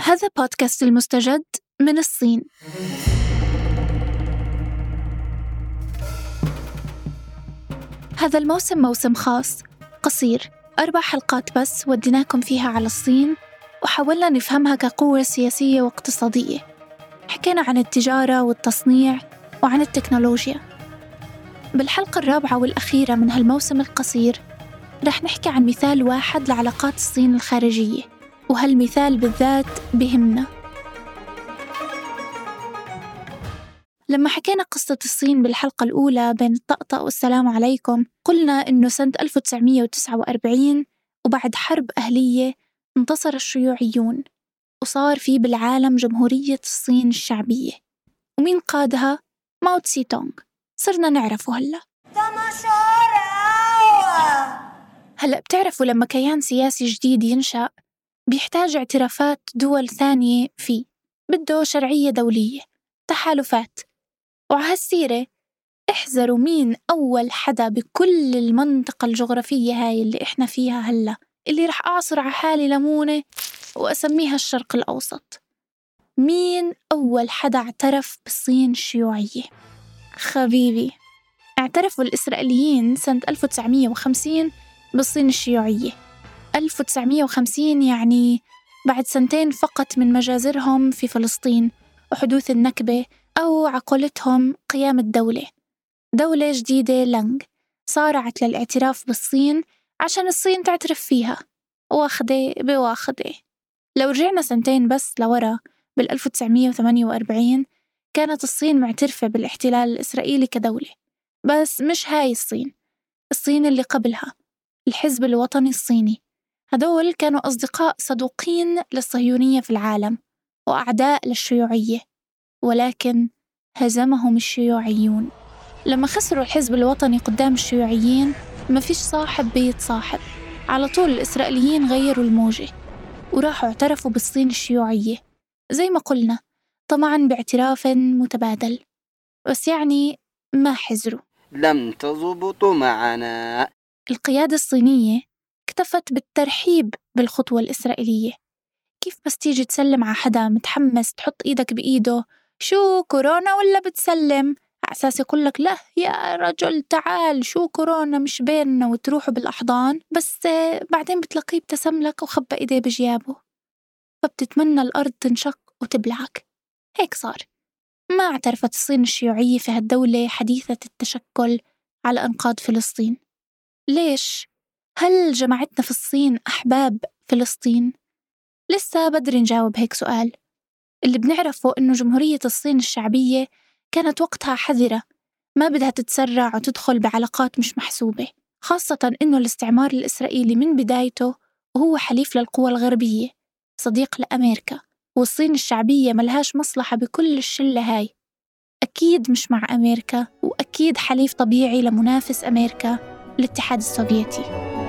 هذا بودكاست المستجد من الصين. هذا الموسم موسم خاص قصير 4 حلقات بس وديناكم فيها على الصين وحاولنا نفهمها كقوة سياسية واقتصادية. حكينا عن التجارة والتصنيع وعن التكنولوجيا. بالحلقة الرابعة والأخيرة من هالموسم القصير رح نحكي عن مثال واحد لعلاقات الصين الخارجية، وهالمثال بالذات بهمنا. لما حكينا قصة الصين بالحلقة الأولى بين الطقطقة والسلام عليكم، قلنا إنه سنة 1949 وبعد حرب أهلية انتصر الشيوعيون وصار في بالعالم جمهورية الصين الشعبية. ومين قادها؟ ماو تسي تونغ. صرنا نعرفه هلأ بتعرفوا لما كيان سياسي جديد ينشأ بيحتاج اعترافات دول ثانية فيه، بده شرعية دولية، تحالفات. وعهالسيرة احذروا مين أول حدا بكل المنطقة الجغرافية هاي اللي إحنا فيها هلأ، اللي رح أعصر على حالي ليمونة وأسميها الشرق الأوسط. مين أول حدا اعترف بالصين الشيوعية؟ خبيبي، اعترفوا الإسرائيليين سنة 1950 بالصين الشيوعية. 1950 يعني بعد 2 فقط من مجازرهم في فلسطين وحدوث النكبة، أو عقولتهم قيام الدولة. دولة جديدة لانغ صارعت للاعتراف بالصين عشان الصين تعترف فيها، واخدة بواخدة. لو رجعنا 2 بس لورا، بال1948 كانت الصين معترفة بالاحتلال الإسرائيلي كدولة، بس مش هاي الصين اللي قبلها، الحزب الوطني الصيني. هدول كانوا أصدقاء صدوقين للصهيونية في العالم وأعداء للشيوعية، ولكن هزمهم الشيوعيون. لما خسروا الحزب الوطني قدام الشيوعيين ما فيش صاحب بيتصاحب، على طول الإسرائيليين غيروا الموجة وراحوا اعترفوا بالصين الشيوعية زي ما قلنا، طبعاً باعتراف متبادل. بس يعني ما حزروا، لم تضبطوا معنا. القيادة الصينية اكتفت بالترحيب بالخطوة الإسرائيلية. كيف بس تيجي تسلم على حدا متحمس تحط إيدك بإيده، شو كورونا ولا بتسلم؟ على أساس يقولك لا يا رجل تعال، شو كورونا مش بيننا، وتروحوا بالأحضان. بس بعدين بتلاقيه ابتسم لك وخبى إيديه بجيابه، فبتتمنى الأرض تنشق وتبلعك. هيك صار. ما اعترفت الصين الشيوعية في هالدولة حديثة التشكل على أنقاض فلسطين. ليش؟ هل جماعتنا في الصين أحباب فلسطين؟ لسه بدري نجاوب هيك سؤال. اللي بنعرفه إنه جمهورية الصين الشعبية كانت وقتها حذرة، ما بدها تتسرع وتدخل بعلاقات مش محسوبة، خاصة إنه الاستعمار الإسرائيلي من بدايته وهو حليف للقوى الغربية، صديق لأمريكا. والصين الشعبية ملهاش مصلحة بكل الشلة هاي، أكيد مش مع أمريكا، وأكيد حليف طبيعي لمنافس أمريكا، الاتحاد السوفيتي.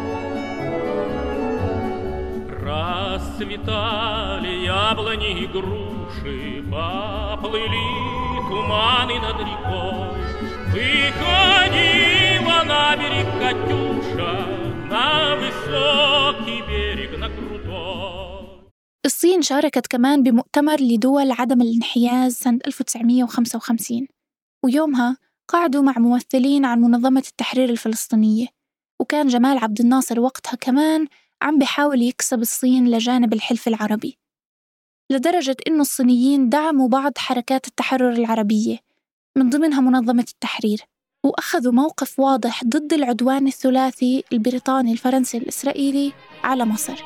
Расцветали яблони и груши, поплыли туманы над рекой. Выходила на берег Катюша, на высокий берег, на крутой. الصين شاركت كمان بمؤتمر لدول عدم الانحياز سنة 1955، ويومها قعدوا مع ممثلين عن منظمة التحرير الفلسطينية، وكان جمال عبد الناصر وقتها كمان عم بيحاول يكسب الصين لجانب الحلف العربي، لدرجة إنه الصينيين دعموا بعض حركات التحرر العربية من ضمنها منظمة التحرير، وأخذوا موقف واضح ضد العدوان الثلاثي البريطاني الفرنسي الإسرائيلي على مصر.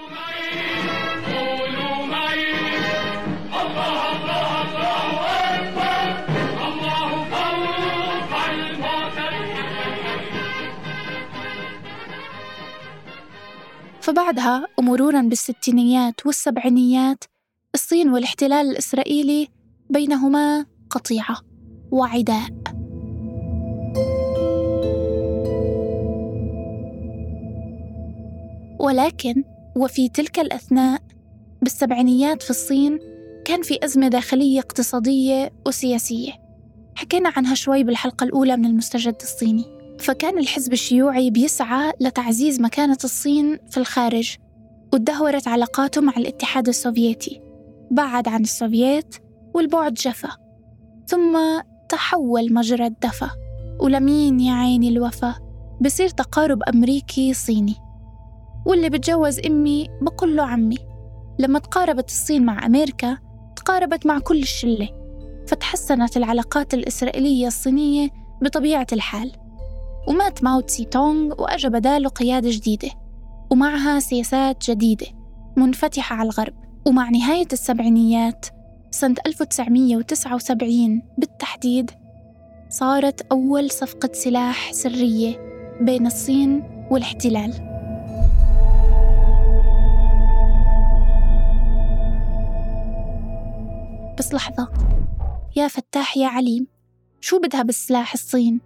فبعدها ومروراً بالستينيات والسبعينيات، الصين والاحتلال الإسرائيلي بينهما قطيعة وعداء. ولكن وفي تلك الأثناء بالسبعينيات في الصين كان في أزمة داخلية اقتصادية وسياسية، حكينا عنها شوي بالحلقة الأولى من المستجد الصيني. فكان الحزب الشيوعي بيسعى لتعزيز مكانة الصين في الخارج، وتدهورت علاقاته مع الاتحاد السوفيتي بعد عن السوفييت والبعد جفا، ثم تحول مجرى الدفا، ولمين يا عيني الوفا بصير تقارب أمريكي صيني. واللي بتجوز أمي بقول له عمي. لما تقاربت الصين مع أمريكا تقاربت مع كل الشلة، فتحسنت العلاقات الإسرائيلية الصينية بطبيعة الحال. ومات ماو تسي تونغ وأجى بداله قيادة جديدة ومعها سياسات جديدة منفتحة على الغرب. ومع نهاية السبعينيات سنة 1979 بالتحديد صارت أول صفقة سلاح سرية بين الصين والاحتلال. بس لحظة، يا فتاح يا عليم، شو بدها بالسلاح الصين؟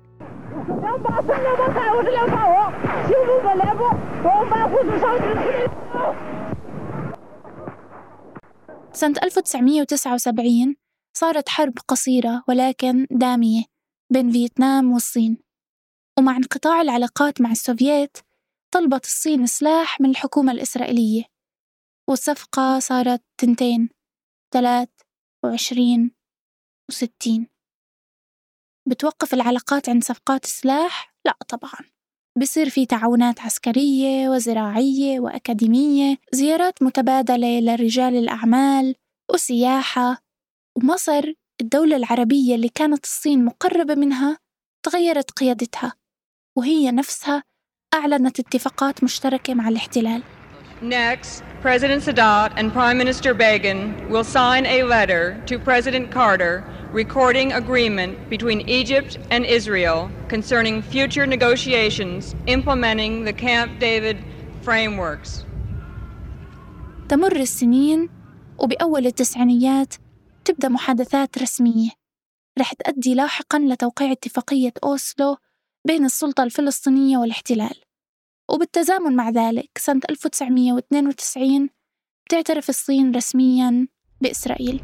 سنة 1979 صارت حرب قصيرة ولكن دامية بين فيتنام والصين، ومع انقطاع العلاقات مع السوفييت طلبت الصين سلاح من الحكومة الإسرائيلية، والصفقة صارت 2 23 و60. بتوقف العلاقات عند صفقات السلاح؟ لا طبعاً، بصير في تعاونات عسكرية وزراعية وأكاديمية، زيارات متبادلة لرجال الأعمال وسياحة. ومصر الدولة العربية اللي كانت الصين مقربة منها تغيرت قيادتها، وهي نفسها أعلنت اتفاقات مشتركة مع الاحتلال. Next, President Sadat and Prime Minister Begin will sign a letter to President Carter recording agreement between Egypt and Israel concerning future negotiations implementing the Camp David frameworks. تمر السنين وبأول التسعينيات تبدأ محادثات رسمية رح تؤدي لاحقاً لتوقيع اتفاقية أوسلو بين السلطة الفلسطينية والاحتلال. وبالتزامن مع ذلك سنة 1992 بتعترف الصين رسمياً بإسرائيل.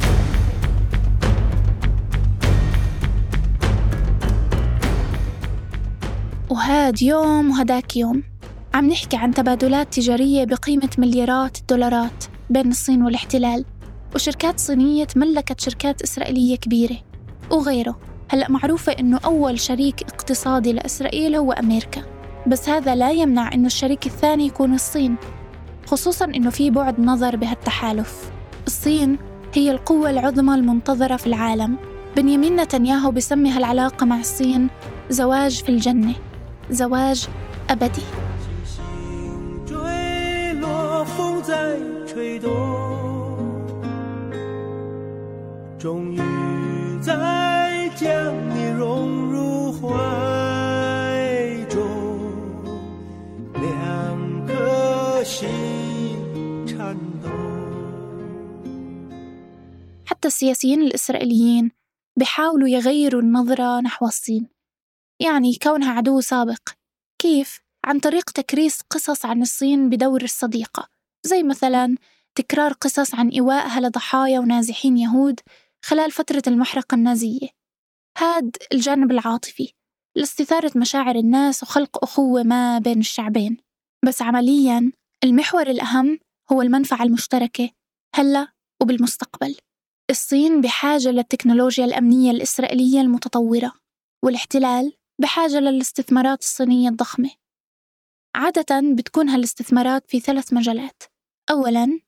وهاد يوم وهداك يوم عم نحكي عن تبادلات تجارية بقيمة مليارات الدولارات بين الصين والاحتلال، وشركات صينية تملكت شركات إسرائيلية كبيرة وغيره. هلأ معروفة إنه أول شريك اقتصادي لإسرائيل هو أمريكا، بس هذا لا يمنع إنه الشريك الثاني يكون الصين، خصوصاً إنه في بعد نظر بهالتحالف. الصين هي القوة العظمى المنتظرة في العالم. بنيامين نتنياهو بسمي هالعلاقة مع الصين زواج في الجنة، زواج أبدي. حتى السياسيين الإسرائيليين بيحاولوا يغيروا النظرة نحو الصين، يعني كونها عدو سابق. كيف؟ عن طريق تكريس قصص عن الصين بدور الصديقة، زي مثلاً تكرار قصص عن إيوائها لضحايا ونازحين يهود خلال فترة المحرقة النازية. هاد الجانب العاطفي لاستثارة مشاعر الناس وخلق أخوة ما بين الشعبين. بس عملياً المحور الأهم هو المنفعة المشتركة هلأ وبالمستقبل. الصين بحاجة للتكنولوجيا الأمنية الإسرائيلية المتطورة، والاحتلال بحاجة للاستثمارات الصينية الضخمة. عادة بتكون هالاستثمارات في 3 مجالات: أولاً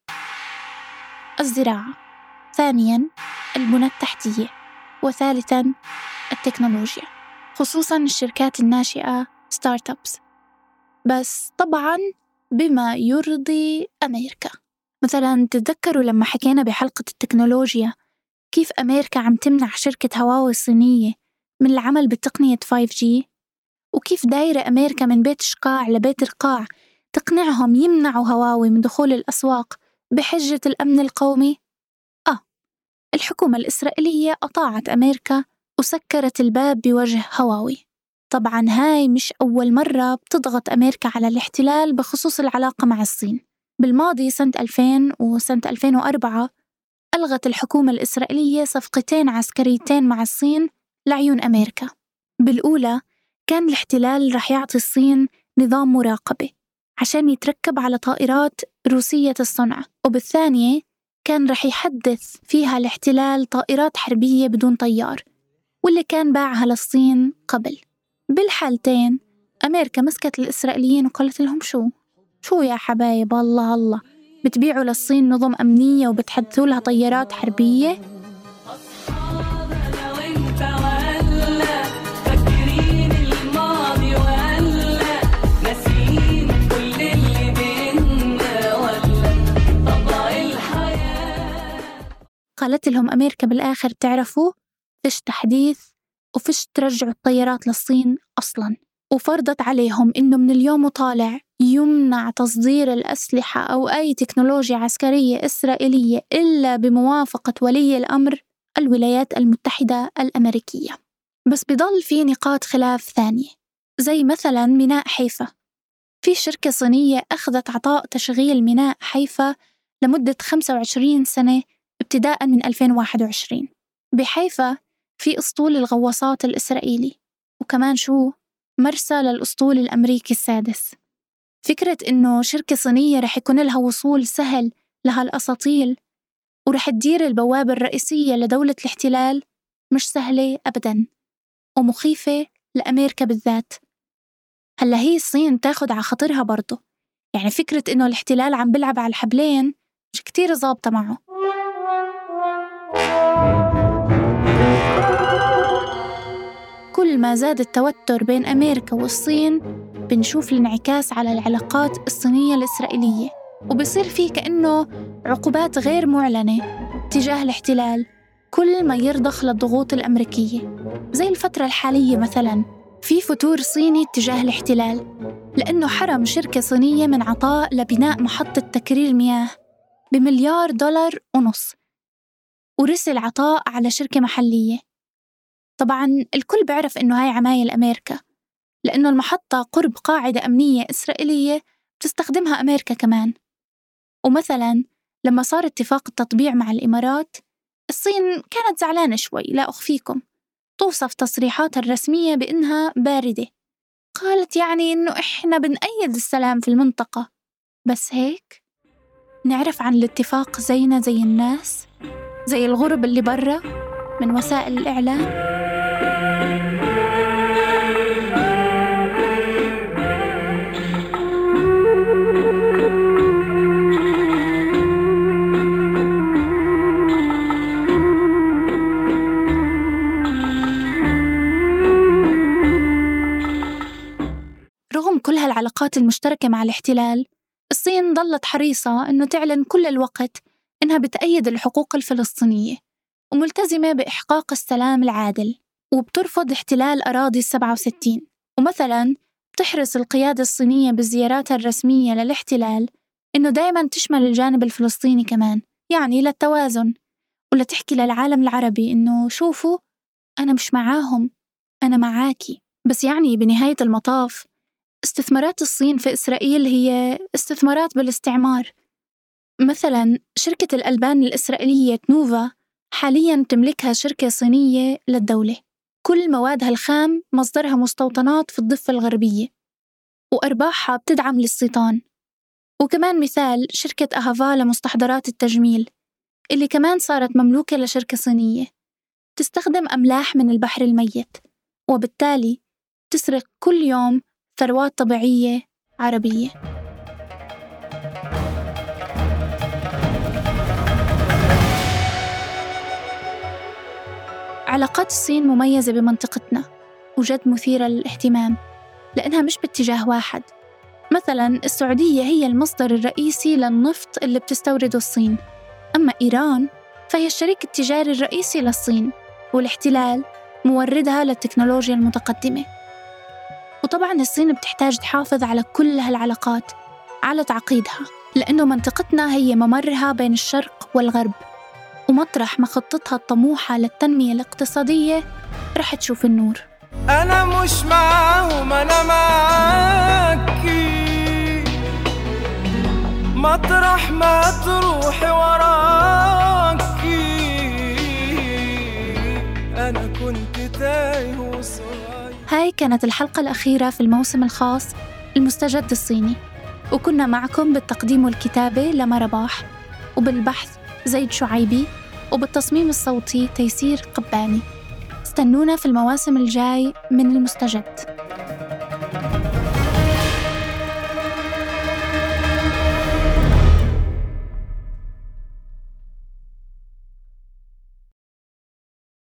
الزراعة، ثانياً البنى التحتية، وثالثاً التكنولوجيا، خصوصاً الشركات الناشئة ستارت أبس، بس طبعاً بما يرضي أمريكا. مثلاً تتذكروا لما حكينا بحلقة التكنولوجيا كيف أمريكا عم تمنع شركة هواوي الصينية من العمل بتقنية 5G، وكيف دايرة أمريكا من بيت شقاع لبيت رقاع تقنعهم يمنعوا هواوي من دخول الأسواق بحجة الأمن القومي. الحكومة الإسرائيلية أطاعت أمريكا وسكرت الباب بوجه هواوي. طبعاً هاي مش أول مرة بتضغط أمريكا على الاحتلال بخصوص العلاقة مع الصين. بالماضي سنة 2000 وسنة 2004 ألغت الحكومة الإسرائيلية صفقتين عسكريتين مع الصين لعيون أمريكا. بالأولى كان الاحتلال رح يعطي الصين نظام مراقبة عشان يتركب على طائرات روسية الصنع، وبالثانية كان رح يحدث فيها الاحتلال طائرات حربية بدون طيار، واللي كان باعها للصين قبل. بالحالتين أمريكا مسكت الإسرائيليين وقالت لهم شو يا حبايب، الله بتبيعوا للصين نظم أمنية وبتحدثوا لها طيارات حربية؟ قالت لهم أمريكا بالآخر تعرفوا فيش تحديث وفيش ترجعوا الطيارات للصين أصلاً، وفرضت عليهم إنه من اليوم وطالع يمنع تصدير الأسلحة أو أي تكنولوجيا عسكرية إسرائيلية إلا بموافقة ولي الأمر الولايات المتحدة الأمريكية. بس بضل في نقاط خلاف ثانية، زي مثلاً ميناء حيفا. في شركة صينية أخذت عطاء تشغيل ميناء حيفا لمدة 25 سنة ابتداءً من 2021. بحيفا في أسطول الغواصات الإسرائيلي، وكمان مرسى للأسطول الأمريكي السادس. فكرة إنه شركة صينية رح يكون لها وصول سهل لهالأساطيل ورح تدير البوابة الرئيسية لدولة الاحتلال مش سهلة أبداً، ومخيفة لأمريكا بالذات. هلا هي الصين تاخد على خاطرها برضو، يعني فكرة إنه الاحتلال عم بلعب على الحبلين مش كتير ظابطة معه. كل ما زاد التوتر بين أمريكا والصين بنشوف الانعكاس على العلاقات الصينية الإسرائيلية، وبصير فيه كأنه عقوبات غير معلنة تجاه الاحتلال كل ما يرضخ للضغوط الأمريكية. زي الفترة الحالية مثلاً في فتور صيني تجاه الاحتلال لأنه حرم شركة صينية من عطاء لبناء محطة تكرير مياه ب$1.5 مليار، ورسل عطاء على شركة محلية. طبعاً الكل بيعرف إنه هاي عمايل أمريكا، لأنه المحطة قرب قاعدة أمنية إسرائيلية بتستخدمها أمريكا كمان. ومثلاً لما صار اتفاق التطبيع مع الإمارات، الصين كانت زعلانة شوي، لا أخفيكم، توصف تصريحاتها الرسمية بإنها باردة. قالت يعني إنه إحنا بنأيد السلام في المنطقة، بس هيك نعرف عن الاتفاق زينا زي الناس، زي الغرب اللي برا من وسائل الإعلام. رغم كل هالعلاقات المشتركة مع الاحتلال، الصين ظلت حريصة إنه تعلن كل الوقت إنها بتأيد الحقوق الفلسطينية وملتزمة بإحقاق السلام العادل، وبترفض احتلال أراضي 67. ومثلاً بتحرص القيادة الصينية بزياراتها الرسمية للاحتلال إنه دايماً تشمل الجانب الفلسطيني كمان، يعني للتوازن، ولا تحكي للعالم العربي إنه شوفوا أنا مش معاهم، أنا معاكي. بس يعني بنهاية المطاف استثمارات الصين في إسرائيل هي استثمارات بالاستعمار. مثلاً شركة الألبان الإسرائيلية تنوفا حالياً تملكها شركة صينية للدولة، كل موادها الخام مصدرها مستوطنات في الضفة الغربية، وأرباحها بتدعم للصيطان. وكمان مثال شركة أهافا لمستحضرات التجميل اللي كمان صارت مملوكة لشركة صينية، تستخدم أملاح من البحر الميت، وبالتالي تسرق كل يوم ثروات طبيعية عربية. علاقات الصين مميزة بمنطقتنا وجد مثيرة للاهتمام لأنها مش باتجاه واحد. مثلاً السعودية هي المصدر الرئيسي للنفط اللي بتستورده الصين، أما إيران فهي الشريك التجاري الرئيسي للصين، والاحتلال موردها للتكنولوجيا المتقدمة. وطبعاً الصين بتحتاج تحافظ على كل هالعلاقات على تعقيدها، لأنه منطقتنا هي ممرها بين الشرق والغرب، ومطرح ما خطتها الطموحة للتنمية الاقتصادية رح تشوف النور. أنا مش معاهم، أنا معاكي، مطرح ما تروحي وراكي، أنا كنت تايه وصغير. هاي كانت الحلقة الأخيرة في الموسم الخاص المستجد الصيني، وكنا معكم بالتقديم والكتابة لما رباح، وبالبحث زيد شعيبي، وبالتصميم الصوتي تيسير قباني. استنونا في المواسم الجاي من المستجد.